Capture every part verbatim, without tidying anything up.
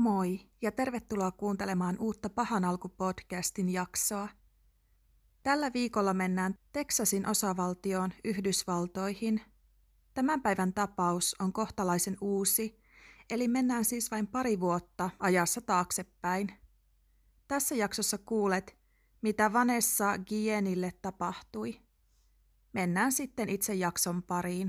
Moi ja tervetuloa kuuntelemaan uutta Pahan alku-podcastin jaksoa. Tällä viikolla mennään Teksasin osavaltioon Yhdysvaltoihin. Tämän päivän tapaus on kohtalaisen uusi, eli mennään siis vain pari vuotta ajassa taaksepäin. Tässä jaksossa kuulet, mitä Vanessa Guillenille tapahtui. Mennään sitten itse jakson pariin.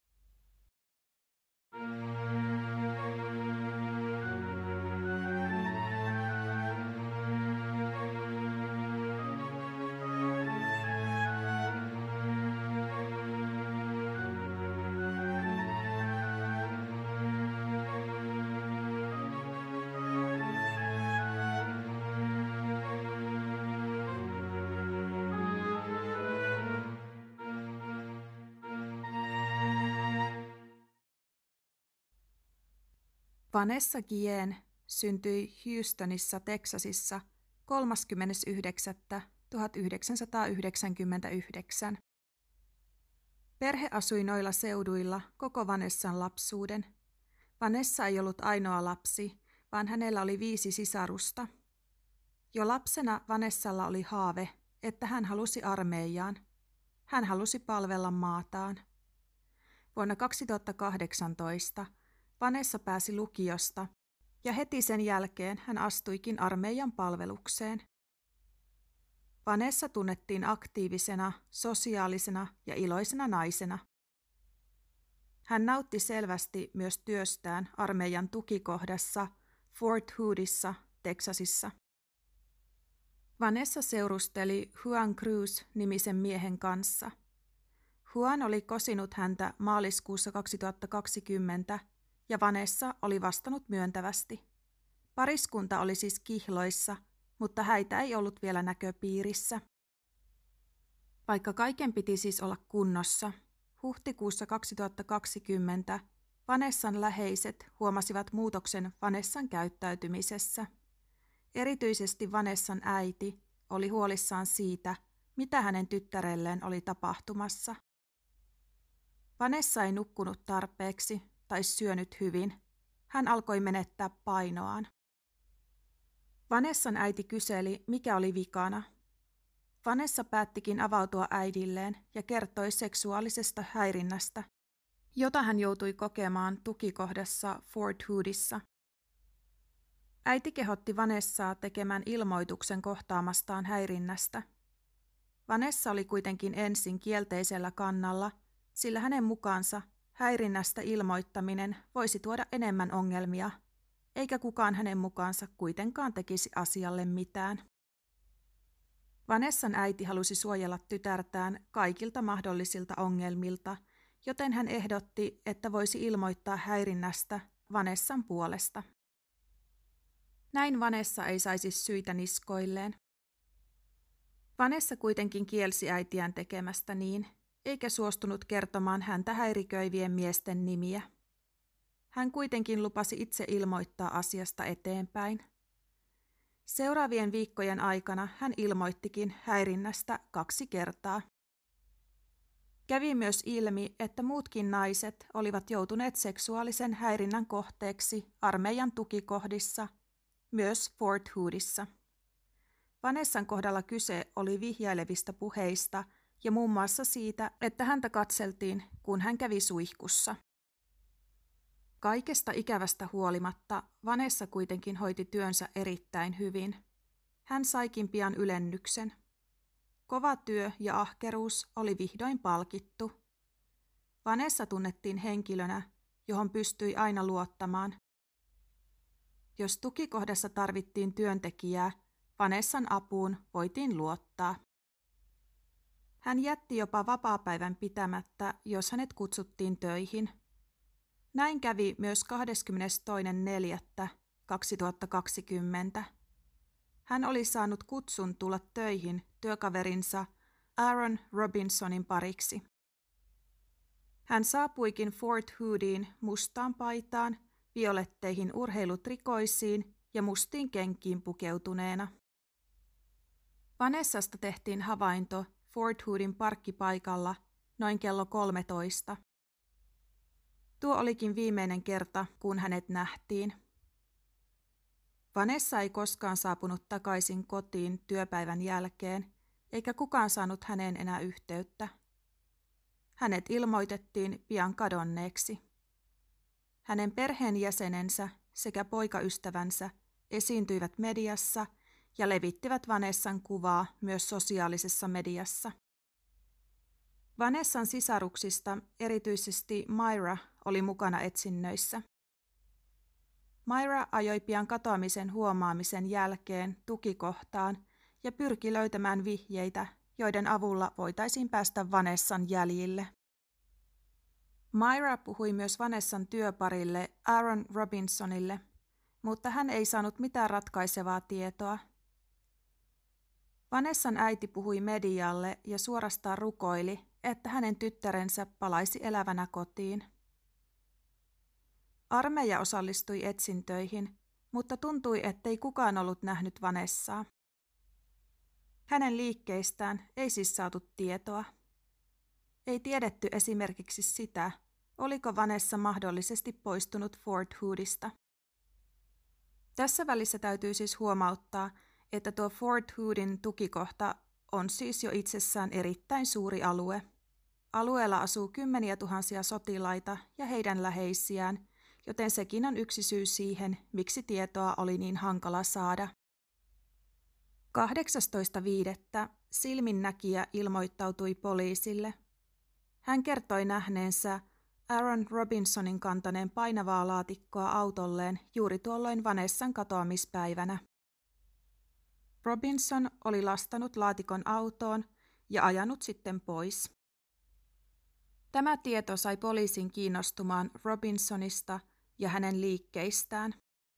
Vanessa Guillen syntyi Houstonissa, Teksasissa kolmaskymmenes yhdeksättä tuhatyhdeksänsataayhdeksänkymmentäyhdeksän. Perhe asui noilla seuduilla koko Vanessan lapsuuden. Vanessa ei ollut ainoa lapsi, vaan hänellä oli viisi sisarusta. Jo lapsena Vanessalla oli haave, että hän halusi armeijaan. Hän halusi palvella maataan. Vuonna kaksituhattakahdeksantoista Vanessa pääsi lukiosta ja heti sen jälkeen hän astuikin armeijan palvelukseen. Vanessa tunnettiin aktiivisena, sosiaalisena ja iloisena naisena. Hän nautti selvästi myös työstään armeijan tukikohdassa Fort Hoodissa, Teksasissa. Vanessa seurusteli Juan Cruz-nimisen miehen kanssa. Juan oli kosinut häntä maaliskuussa kaksituhattakaksikymmentä ja Vanessa oli vastannut myöntävästi. Pariskunta oli siis kihloissa, mutta häitä ei ollut vielä näköpiirissä. Vaikka kaiken piti siis olla kunnossa, huhtikuussa kaksituhattakaksikymmentä Vanessan läheiset huomasivat muutoksen Vanessan käyttäytymisessä. Erityisesti Vanessan äiti oli huolissaan siitä, mitä hänen tyttärelleen oli tapahtumassa. Vanessa ei nukkunut tarpeeksi tai syönyt hyvin. Hän alkoi menettää painoaan. Vanessan äiti kyseli, mikä oli vikana. Vanessa päättikin avautua äidilleen ja kertoi seksuaalisesta häirinnästä, jota hän joutui kokemaan tukikohdassa Fort Hoodissa. Äiti kehotti Vanessaa tekemään ilmoituksen kohtaamastaan häirinnästä. Vanessa oli kuitenkin ensin kielteisellä kannalla, sillä hänen mukaansa häirinnästä ilmoittaminen voisi tuoda enemmän ongelmia, eikä kukaan hänen mukaansa kuitenkaan tekisi asialle mitään. Vanessan äiti halusi suojella tytärtään kaikilta mahdollisilta ongelmilta, joten hän ehdotti, että voisi ilmoittaa häirinnästä Vanessan puolesta. Näin Vanessa ei saisi syitä niskoilleen. Vanessa kuitenkin kielsi äitiään tekemästä niin, eikä suostunut kertomaan häntä häiriköivien miesten nimiä. Hän kuitenkin lupasi itse ilmoittaa asiasta eteenpäin. Seuraavien viikkojen aikana hän ilmoittikin häirinnästä kaksi kertaa. Kävi myös ilmi, että muutkin naiset olivat joutuneet seksuaalisen häirinnän kohteeksi armeijan tukikohdissa, myös Fort Hoodissa. Vanessan kohdalla kyse oli vihjailevista puheista ja muun muassa siitä, että häntä katseltiin, kun hän kävi suihkussa. Kaikesta ikävästä huolimatta Vanessa kuitenkin hoiti työnsä erittäin hyvin. Hän saikin pian ylennyksen. Kova työ ja ahkeruus oli vihdoin palkittu. Vanessa tunnettiin henkilönä, johon pystyi aina luottamaan. Jos tukikohdassa tarvittiin työntekijää, Vanessan apuun voitiin luottaa. Hän jätti jopa vapaapäivän pitämättä, jos hänet kutsuttiin töihin. Näin kävi myös kahdeskymmenestoinen neljättä kaksituhattakaksikymmentä. Hän oli saanut kutsun tulla töihin työkaverinsa Aaron Robinsonin pariksi. Hän saapuikin Fort Hoodiin mustaan paitaan, violetteihin urheilutrikoisiin ja mustiin kenkiin pukeutuneena. Vanessasta tehtiin havainto Fort Hoodin parkkipaikalla noin kello kolmetoista. Tuo olikin viimeinen kerta, kun hänet nähtiin. Vanessa ei koskaan saapunut takaisin kotiin työpäivän jälkeen, eikä kukaan saanut häneen enää yhteyttä. Hänet ilmoitettiin pian kadonneeksi. Hänen perheenjäsenensä sekä poikaystävänsä esiintyivät mediassa ja levittivät Vanessan kuvaa myös sosiaalisessa mediassa. Vanessan sisaruksista erityisesti Myra oli mukana etsinnöissä. Myra ajoi pian katoamisen huomaamisen jälkeen tukikohtaan ja pyrki löytämään vihjeitä, joiden avulla voitaisiin päästä Vanessan jäljille. Myra puhui myös Vanessan työparille Aaron Robinsonille, mutta hän ei saanut mitään ratkaisevaa tietoa. Vanessan äiti puhui medialle ja suorastaan rukoili, että hänen tyttärensä palaisi elävänä kotiin. Armeija osallistui etsintöihin, mutta tuntui, ettei kukaan ollut nähnyt Vanessaa. Hänen liikkeistään ei siis saatu tietoa. Ei tiedetty esimerkiksi sitä, oliko Vanessa mahdollisesti poistunut Fort Hoodista. Tässä välissä täytyy siis huomauttaa, että tuo Fort Hoodin tukikohta on siis jo itsessään erittäin suuri alue. Alueella asuu kymmeniä tuhansia sotilaita ja heidän läheisiään, joten sekin on yksi syy siihen, miksi tietoa oli niin hankala saada. kahdeksastoista viidettä silminnäkijä ilmoittautui poliisille. Hän kertoi nähneensä Aaron Robinsonin kantaneen painavaa laatikkoa autolleen juuri tuolloin Vanessan katoamispäivänä. Robinson oli lastanut laatikon autoon ja ajanut sitten pois. Tämä tieto sai poliisin kiinnostumaan Robinsonista ja hänen liikkeistään.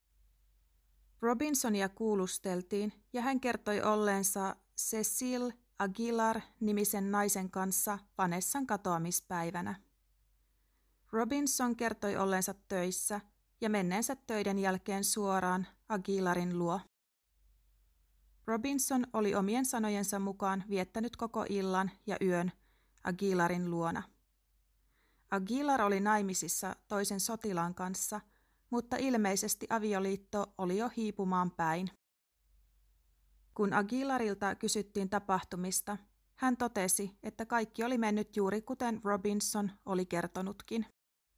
Robinsonia kuulusteltiin ja hän kertoi olleensa Cecile Aguilar-nimisen naisen kanssa Vanessan katoamispäivänä. Robinson kertoi olleensa töissä ja menneensä töiden jälkeen suoraan Aguilarin luo. Robinson oli omien sanojensa mukaan viettänyt koko illan ja yön Aguilarin luona. Aguilar oli naimisissa toisen sotilaan kanssa, mutta ilmeisesti avioliitto oli jo hiipumaan päin. Kun Aguilarilta kysyttiin tapahtumista, hän totesi, että kaikki oli mennyt juuri kuten Robinson oli kertonutkin.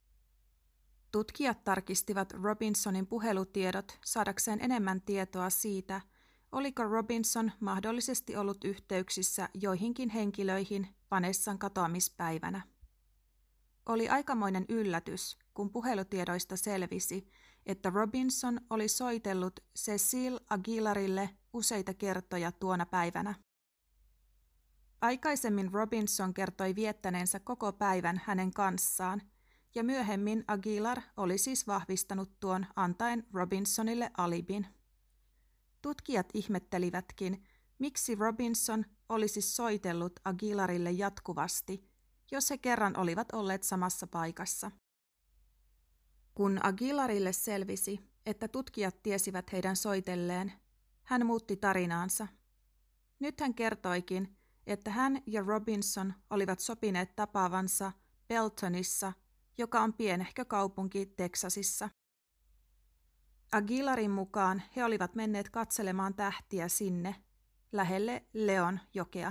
Tutkijat tarkistivat Robinsonin puhelutiedot saadakseen enemmän tietoa siitä, oliko Robinson mahdollisesti ollut yhteyksissä joihinkin henkilöihin Vanessan katoamispäivänä. Oli aikamoinen yllätys, kun puhelutiedoista selvisi, että Robinson oli soitellut Cecile Aguilarille useita kertoja tuona päivänä. Aikaisemmin Robinson kertoi viettäneensä koko päivän hänen kanssaan, ja myöhemmin Aguilar oli siis vahvistanut tuon antaen Robinsonille alibin. Tutkijat ihmettelivätkin, miksi Robinson olisi soitellut Aguilarille jatkuvasti, jos he kerran olivat olleet samassa paikassa. Kun Aguilarille selvisi, että tutkijat tiesivät heidän soitelleen, hän muutti tarinaansa. Nyt hän kertoikin, että hän ja Robinson olivat sopineet tapaavansa Beltonissa, joka on pienehkö kaupunki Teksasissa. Aguilarin mukaan he olivat menneet katselemaan tähtiä sinne, lähelle Leon-jokea.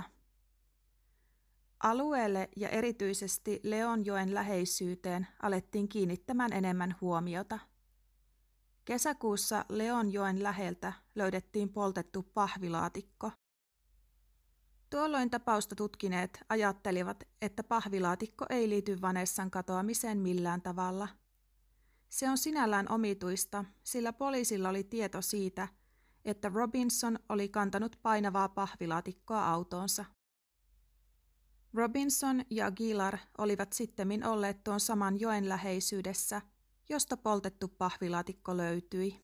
Alueelle ja erityisesti Leonjoen läheisyyteen alettiin kiinnittämään enemmän huomiota. Kesäkuussa Leonjoen läheltä löydettiin poltettu pahvilaatikko. Tuolloin tapausta tutkineet ajattelivat, että pahvilaatikko ei liity Vanessan katoamiseen millään tavalla. Se on sinällään omituista, sillä poliisilla oli tieto siitä, että Robinson oli kantanut painavaa pahvilaatikkoa autoonsa. Robinson ja Aguilar olivat sittemmin olleet tuon saman joen läheisyydessä, josta poltettu pahvilaatikko löytyi.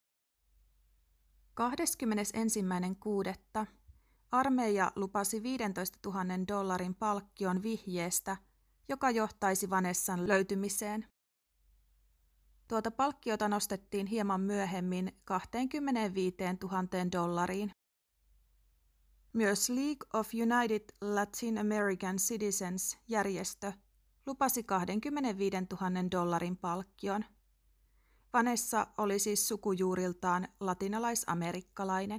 kahdeskymmenesensimmäinen kuudetta armeija lupasi viisitoistatuhatta dollarin palkkion vihjeestä, joka johtaisi Vanessan löytymiseen. Tuota palkkiota nostettiin hieman myöhemmin kaksikymmentäviisituhatta dollariin. Myös League of United Latin American Citizens-järjestö lupasi kaksikymmentäviisituhatta dollarin palkkion. Vanessa oli siis sukujuuriltaan latinalaisamerikkalainen.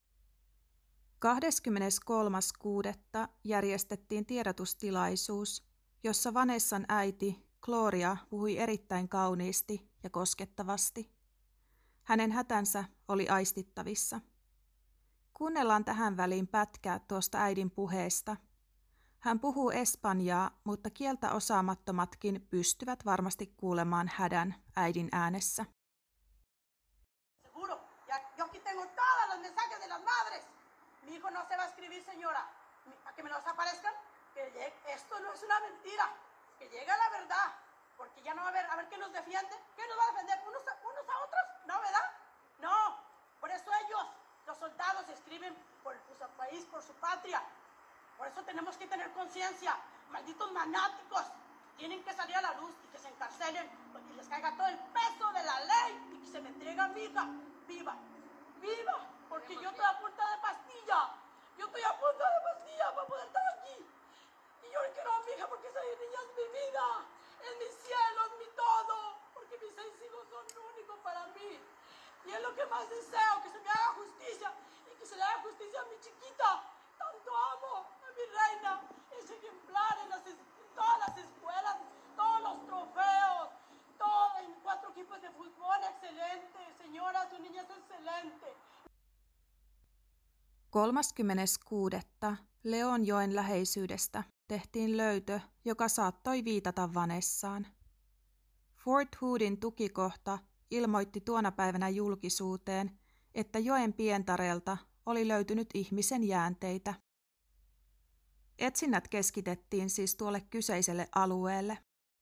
kahdeskymmeneskolmas kuudetta järjestettiin tiedotustilaisuus, jossa Vanessan äiti Gloria puhui erittäin kauniisti ja koskettavasti. Hänen hätänsä oli aistittavissa. Kuunnellaan tähän väliin pätkää tuosta äidin puheesta. Hän puhuu espanjaa, mutta kieltä osaamattomatkin pystyvät varmasti kuulemaan hädän äidin äänessä. Seguro. Ya, yo aquí tengo todos los mensajes de las madres. Mi hijo no se va a escribir, señora. A que me los aparezcan. Que esto no es una mentira. Que llega la verdad. Porque ya no va a haber, a ver qué nos defiende. ¿Qué nos va a defender? ¿Unos a, unos a otros? No, ¿verdad? No. Por eso ellos, los soldados, escriben por, por su país, por su patria. Por eso tenemos que tener conciencia. Malditos manáticos. Tienen que salir a la luz y que se encarcelen y les caiga todo el peso de la ley y que se me entregan viva, viva, viva. Porque yo estoy a punta de pastilla. Yo estoy a punta de pastilla para poder estar aquí. Y yo le quiero a mi hija porque esa niña es mi vida. Es mi cielo, es mi todo. Porque mis seis hijos son únicos para mí. Y es lo que más deseo, que se me haga justicia. Y que se le haga justicia a mi chiquita. Tanto amo a mi reina. Es ejemplar en, las, en todas las escuelas. Todos los trofeos. Todo, en cuatro equipos de fútbol. Excelente. Señora, su niña es excelente. kolmaskymmenes kuudetta Leonjoen läheisyydestä tehtiin löytö, joka saattoi viitata Vanessaan. Fort Hoodin tukikohta ilmoitti tuona päivänä julkisuuteen, että joen pientareelta oli löytynyt ihmisen jäänteitä. Etsinnät keskitettiin siis tuolle kyseiselle alueelle.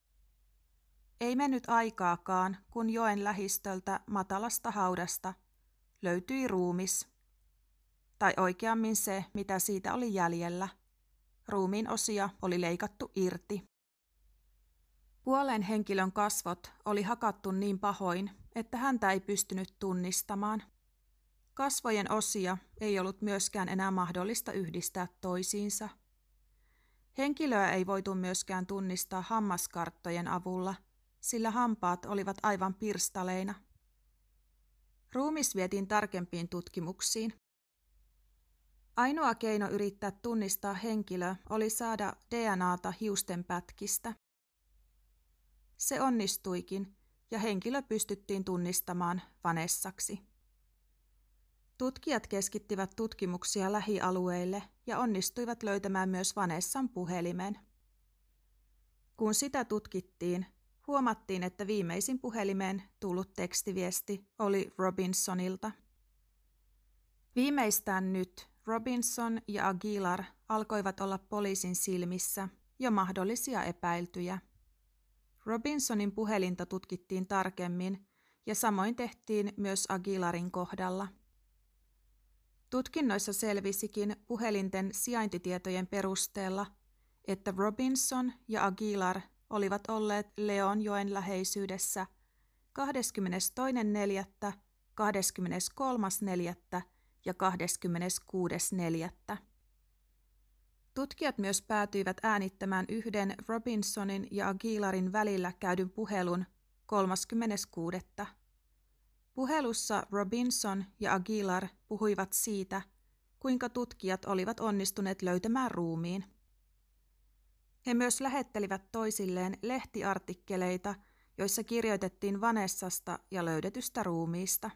Ei mennyt aikaakaan, kun joen lähistöltä matalasta haudasta löytyi ruumis. Tai oikeammin se, mitä siitä oli jäljellä. Ruumiin osia oli leikattu irti. Kuolleen henkilön kasvot oli hakattu niin pahoin, että häntä ei pystynyt tunnistamaan. Kasvojen osia ei ollut myöskään enää mahdollista yhdistää toisiinsa. Henkilöä ei voitu myöskään tunnistaa hammaskarttojen avulla, sillä hampaat olivat aivan pirstaleina. Ruumis vietiin tarkempiin tutkimuksiin. Ainoa keino yrittää tunnistaa henkilö oli saada D N A:ta hiustenpätkistä. Se onnistuikin ja henkilö pystyttiin tunnistamaan Vanessaksi. Tutkijat keskittivät tutkimuksia lähialueille ja onnistuivat löytämään myös Vanessan puhelimen. Kun sitä tutkittiin, huomattiin, että viimeisin puhelimeen tullut tekstiviesti oli Robinsonilta. Viimeistään nyt Robinson ja Aguilar alkoivat olla poliisin silmissä jo mahdollisia epäiltyjä. Robinsonin puhelinta tutkittiin tarkemmin ja samoin tehtiin myös Aguilarin kohdalla. Tutkinnoissa selvisikin puhelinten sijaintitietojen perusteella, että Robinson ja Aguilar olivat olleet Leonjoen läheisyydessä kahdeskymmenestoinen neljättä, kahdeskymmeneskolmas neljättä ja kahdeskymmeneskuudes neljättä Tutkijat myös päätyivät äänittämään yhden Robinsonin ja Aguilarin välillä käydyn puhelun kolmaskymmenes kuudetta Puhelussa Robinson ja Aguilar puhuivat siitä, kuinka tutkijat olivat onnistuneet löytämään ruumiin. He myös lähettelivät toisilleen lehtiartikkeleita, joissa kirjoitettiin Vanessasta ja löydetystä ruumiista.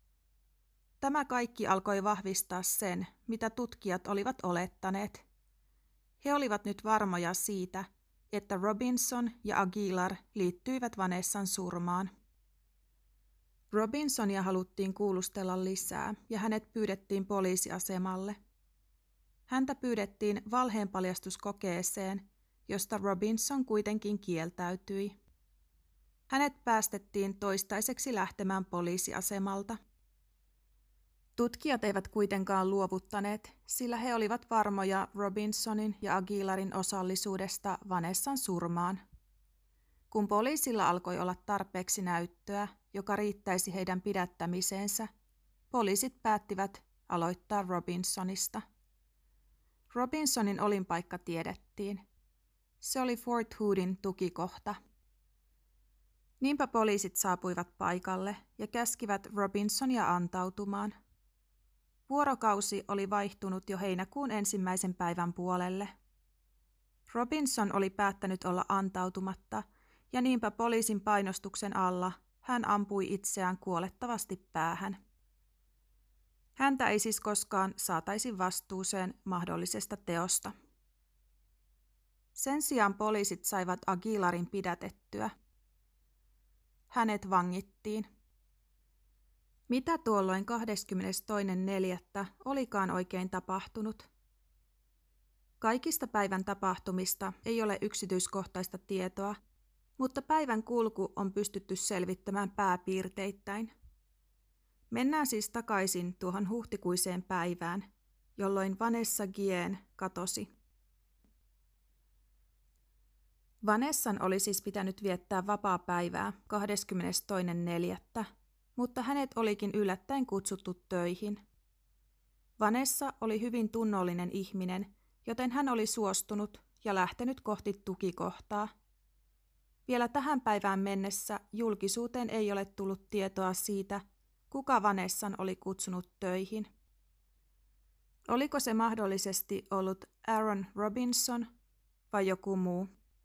Tämä kaikki alkoi vahvistaa sen, mitä tutkijat olivat olettaneet. He olivat nyt varmoja siitä, että Robinson ja Aguilar liittyivät Vanessan surmaan. Robinsonia haluttiin kuulustella lisää ja hänet pyydettiin poliisiasemalle. Häntä pyydettiin valheenpaljastuskokeeseen, josta Robinson kuitenkin kieltäytyi. Hänet päästettiin toistaiseksi lähtemään poliisiasemalta. Tutkijat eivät kuitenkaan luovuttaneet, sillä he olivat varmoja Robinsonin ja Aguilarin osallisuudesta Vanessan surmaan. Kun poliisilla alkoi olla tarpeeksi näyttöä, joka riittäisi heidän pidättämiseensä, poliisit päättivät aloittaa Robinsonista. Robinsonin olinpaikka tiedettiin. Se oli Fort Hoodin tukikohta. Niinpä poliisit saapuivat paikalle ja käskivät Robinsonia antautumaan. Vuorokausi oli vaihtunut jo heinäkuun ensimmäisen päivän puolelle. Robinson oli päättänyt olla antautumatta, ja niinpä poliisin painostuksen alla hän ampui itseään kuolettavasti päähän. Häntä ei siis koskaan saataisi vastuuseen mahdollisesta teosta. Sen sijaan poliisit saivat Aguilarin pidätettyä. Hänet vangittiin. Mitä tuolloin kahdeskymmenestoinen neljättä olikaan oikein tapahtunut? Kaikista päivän tapahtumista ei ole yksityiskohtaista tietoa, mutta päivän kulku on pystytty selvittämään pääpiirteittäin. Mennään siis takaisin tuohon huhtikuiseen päivään, jolloin Vanessa Guillen katosi. Vanessan oli siis pitänyt viettää vapaapäivää kahdeskymmenestoinen neljättä, mutta hänet olikin yllättäen kutsuttu töihin. Vanessa oli hyvin tunnollinen ihminen, joten hän oli suostunut ja lähtenyt kohti tukikohtaa. Vielä tähän päivään mennessä julkisuuteen ei ole tullut tietoa siitä, kuka Vanessan oli kutsunut töihin. Oliko se mahdollisesti ollut Aaron Robinson vai joku muu?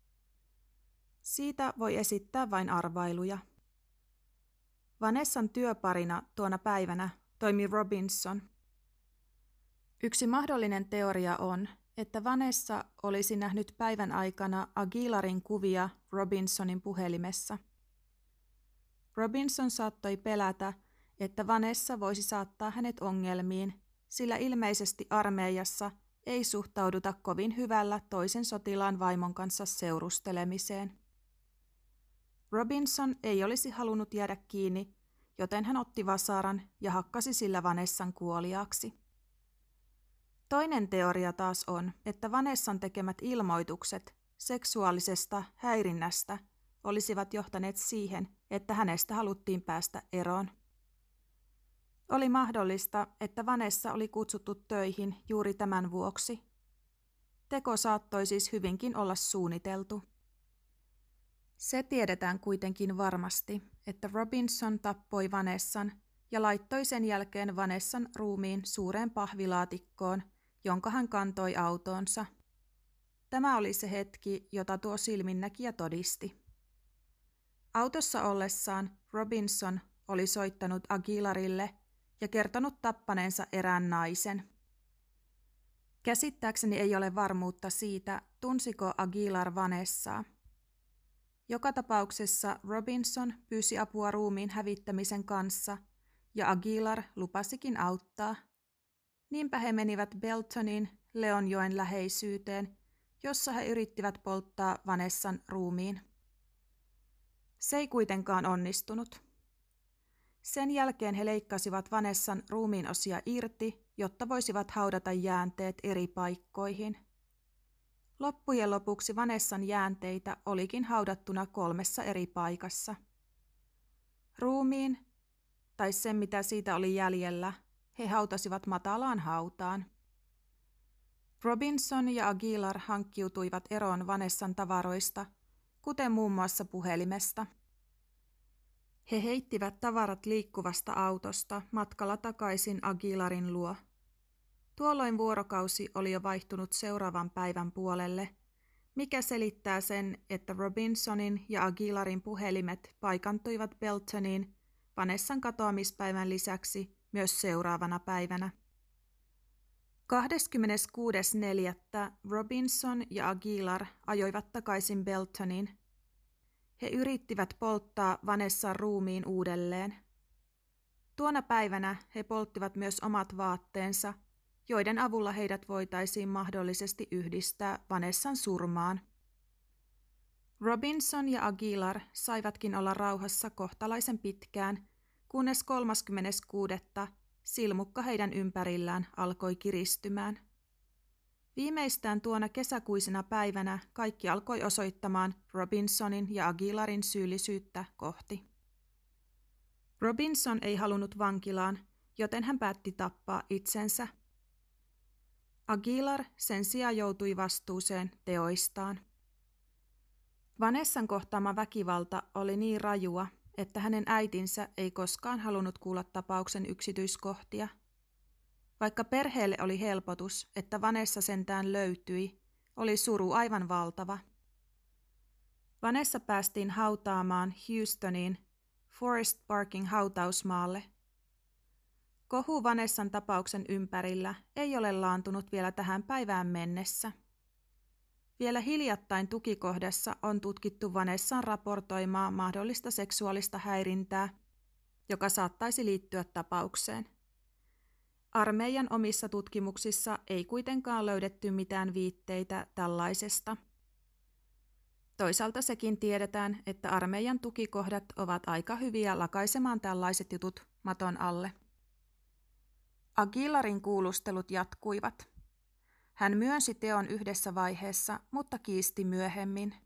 Siitä voi esittää vain arvailuja. Vanessan työparina tuona päivänä toimi Robinson. Yksi mahdollinen teoria on, että Vanessa olisi nähnyt päivän aikana Aguilarin kuvia Robinsonin puhelimessa. Robinson saattoi pelätä, että Vanessa voisi saattaa hänet ongelmiin, sillä ilmeisesti armeijassa ei suhtauduta kovin hyvällä toisen sotilaan vaimon kanssa seurustelemiseen. Robinson ei olisi halunnut jäädä kiinni, joten hän otti vasaran ja hakkasi sillä Vanessan kuoliaaksi. Toinen teoria taas on, että Vanessan tekemät ilmoitukset seksuaalisesta häirinnästä olisivat johtaneet siihen, että hänestä haluttiin päästä eroon. Oli mahdollista, että Vanessa oli kutsuttu töihin juuri tämän vuoksi. Teko saattoi siis hyvinkin olla suunniteltu. Se tiedetään kuitenkin varmasti, että Robinson tappoi Vanessan ja laittoi sen jälkeen Vanessan ruumiin suureen pahvilaatikkoon, jonka hän kantoi autoonsa. Tämä oli se hetki, jota tuo silminnäkijä todisti. Autossa ollessaan Robinson oli soittanut Aguilarille ja kertonut tappaneensa erään naisen. Käsittääkseni ei ole varmuutta siitä, tunsiko Aguilar Vanessaa. Joka tapauksessa Robinson pyysi apua ruumiin hävittämisen kanssa ja Aguilar lupasikin auttaa. Niinpä he menivät Beltonin Leonjoen läheisyyteen, jossa he yrittivät polttaa Vanessan ruumiin. Se ei kuitenkaan onnistunut. Sen jälkeen he leikkasivat Vanessan ruumiinosia irti, jotta voisivat haudata jäänteet eri paikkoihin. Loppujen lopuksi Vanessan jäänteitä olikin haudattuna kolmessa eri paikassa. Ruumiin, tai sen mitä siitä oli jäljellä, he hautasivat matalaan hautaan. Robinson ja Aguilar hankkiutuivat eroon Vanessan tavaroista, kuten muun muassa puhelimesta. He heittivät tavarat liikkuvasta autosta matkalla takaisin Aguilarin luo. Tuolloin vuorokausi oli jo vaihtunut seuraavan päivän puolelle, mikä selittää sen, että Robinsonin ja Aguilarin puhelimet paikantuivat Beltoniin Vanessan katoamispäivän lisäksi myös seuraavana päivänä. kahdeskymmeneskuudes neljättä Robinson ja Aguilar ajoivat takaisin Beltoniin. He yrittivät polttaa Vanessan ruumiin uudelleen. Tuona päivänä he polttivat myös omat vaatteensa, joiden avulla heidät voitaisiin mahdollisesti yhdistää Vanessan surmaan. Robinson ja Aguilar saivatkin olla rauhassa kohtalaisen pitkään, kunnes kolmaskymmeneskuudes silmukka heidän ympärillään alkoi kiristymään. Viimeistään tuona kesäkuisena päivänä kaikki alkoi osoittamaan Robinsonin ja Aguilarin syyllisyyttä kohti. Robinson ei halunnut vankilaan, joten hän päätti tappaa itsensä. Aguilar sen sijaan joutui vastuuseen teoistaan. Vanessan kohtaama väkivalta oli niin rajua, että hänen äitinsä ei koskaan halunnut kuulla tapauksen yksityiskohtia. Vaikka perheelle oli helpotus, että Vanessa sentään löytyi, oli suru aivan valtava. Vanessa päästiin hautaamaan Houstoniin Forest Parkin hautausmaalle. Kohu Vanessan tapauksen ympärillä ei ole laantunut vielä tähän päivään mennessä. Vielä hiljattain tukikohdassa on tutkittu Vanessan raportoimaa mahdollista seksuaalista häirintää, joka saattaisi liittyä tapaukseen. Armeijan omissa tutkimuksissa ei kuitenkaan löydetty mitään viitteitä tällaisesta. Toisaalta sekin tiedetään, että armeijan tukikohdat ovat aika hyviä lakaisemaan tällaiset jutut maton alle. Aguilarin kuulustelut jatkuivat. Hän myönsi teon yhdessä vaiheessa, mutta kiisti myöhemmin.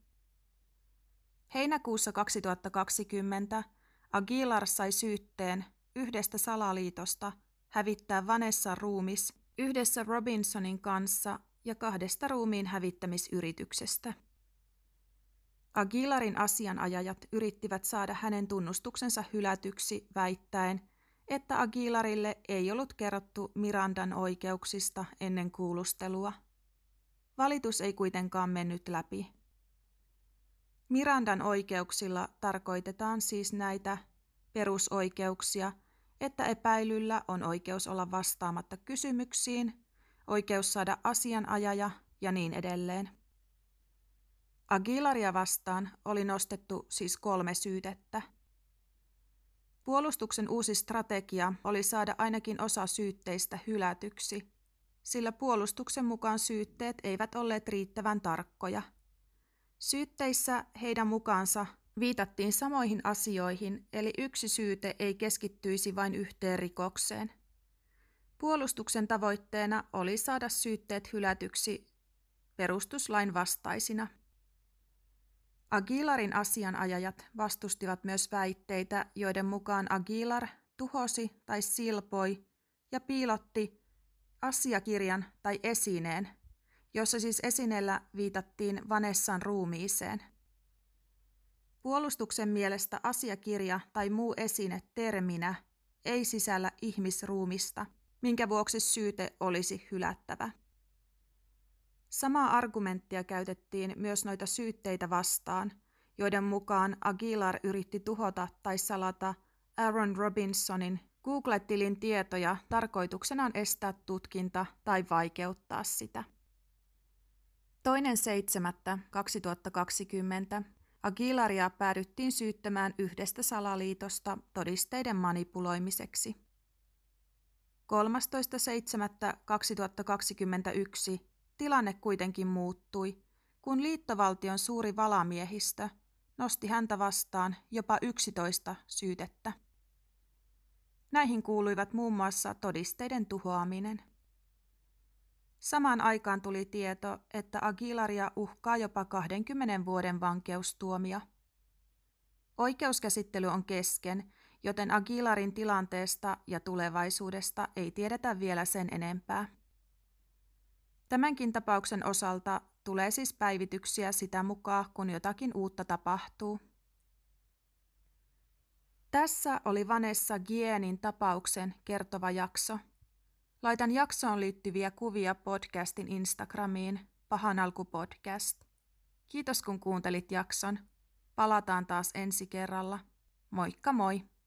Heinäkuussa kaksituhattakaksikymmentä Aguilar sai syytteen yhdestä salaliitosta hävittää Vanessan ruumis yhdessä Robinsonin kanssa ja kahdesta ruumiin hävittämisyrityksestä. Aguilarin asianajajat yrittivät saada hänen tunnustuksensa hylätyksi väittäen, että Aguilarille ei ollut kerrottu Mirandan oikeuksista ennen kuulustelua. Valitus ei kuitenkaan mennyt läpi. Mirandan oikeuksilla tarkoitetaan siis näitä perusoikeuksia, että epäilyllä on oikeus olla vastaamatta kysymyksiin, oikeus saada asianajaja ja niin edelleen. Aguilaria vastaan oli nostettu siis kolme syytettä. Puolustuksen uusi strategia oli saada ainakin osa syytteistä hylätyksi, sillä puolustuksen mukaan syytteet eivät olleet riittävän tarkkoja. Syytteissä heidän mukaansa viitattiin samoihin asioihin, eli yksi syyte ei keskittyisi vain yhteen rikokseen. Puolustuksen tavoitteena oli saada syytteet hylätyksi perustuslain vastaisina. Aguilarin asianajajat vastustivat myös väitteitä, joiden mukaan Aguilar tuhosi tai silpoi ja piilotti asiakirjan tai esineen, jossa siis esineellä viitattiin Vanessan ruumiiseen. Puolustuksen mielestä asiakirja tai muu esine terminä ei sisällä ihmisruumista, minkä vuoksi syyte olisi hylättävä. Samaa argumenttia käytettiin myös noita syytteitä vastaan, joiden mukaan Aguilar yritti tuhota tai salata Aaron Robinsonin Google-tilin tietoja tarkoituksenaan estää tutkinta tai vaikeuttaa sitä. Toinen seitsemättä kaksituhattakaksikymmentä Aguilaria päädyttiin syyttämään yhdestä salaliitosta todisteiden manipuloimiseksi. kolmastoista seitsemättä kaksituhattakaksikymmentäyksi tilanne kuitenkin muuttui, kun liittovaltion suuri valamiehistö nosti häntä vastaan jopa yksitoista syytettä. Näihin kuuluivat muun muassa todisteiden tuhoaminen. Samaan aikaan tuli tieto, että Aguilaria uhkaa jopa kahdenkymmenen vuoden vankeustuomio. Oikeuskäsittely on kesken, joten Aguilarin tilanteesta ja tulevaisuudesta ei tiedetä vielä sen enempää. Tämänkin tapauksen osalta tulee siis päivityksiä sitä mukaan, kun jotakin uutta tapahtuu. Tässä oli Vanessa Guillenin tapauksen kertova jakso. Laitan jaksoon liittyviä kuvia podcastin Instagramiin, Pahan alku podcast. Kiitos kun kuuntelit jakson. Palataan taas ensi kerralla. Moikka moi!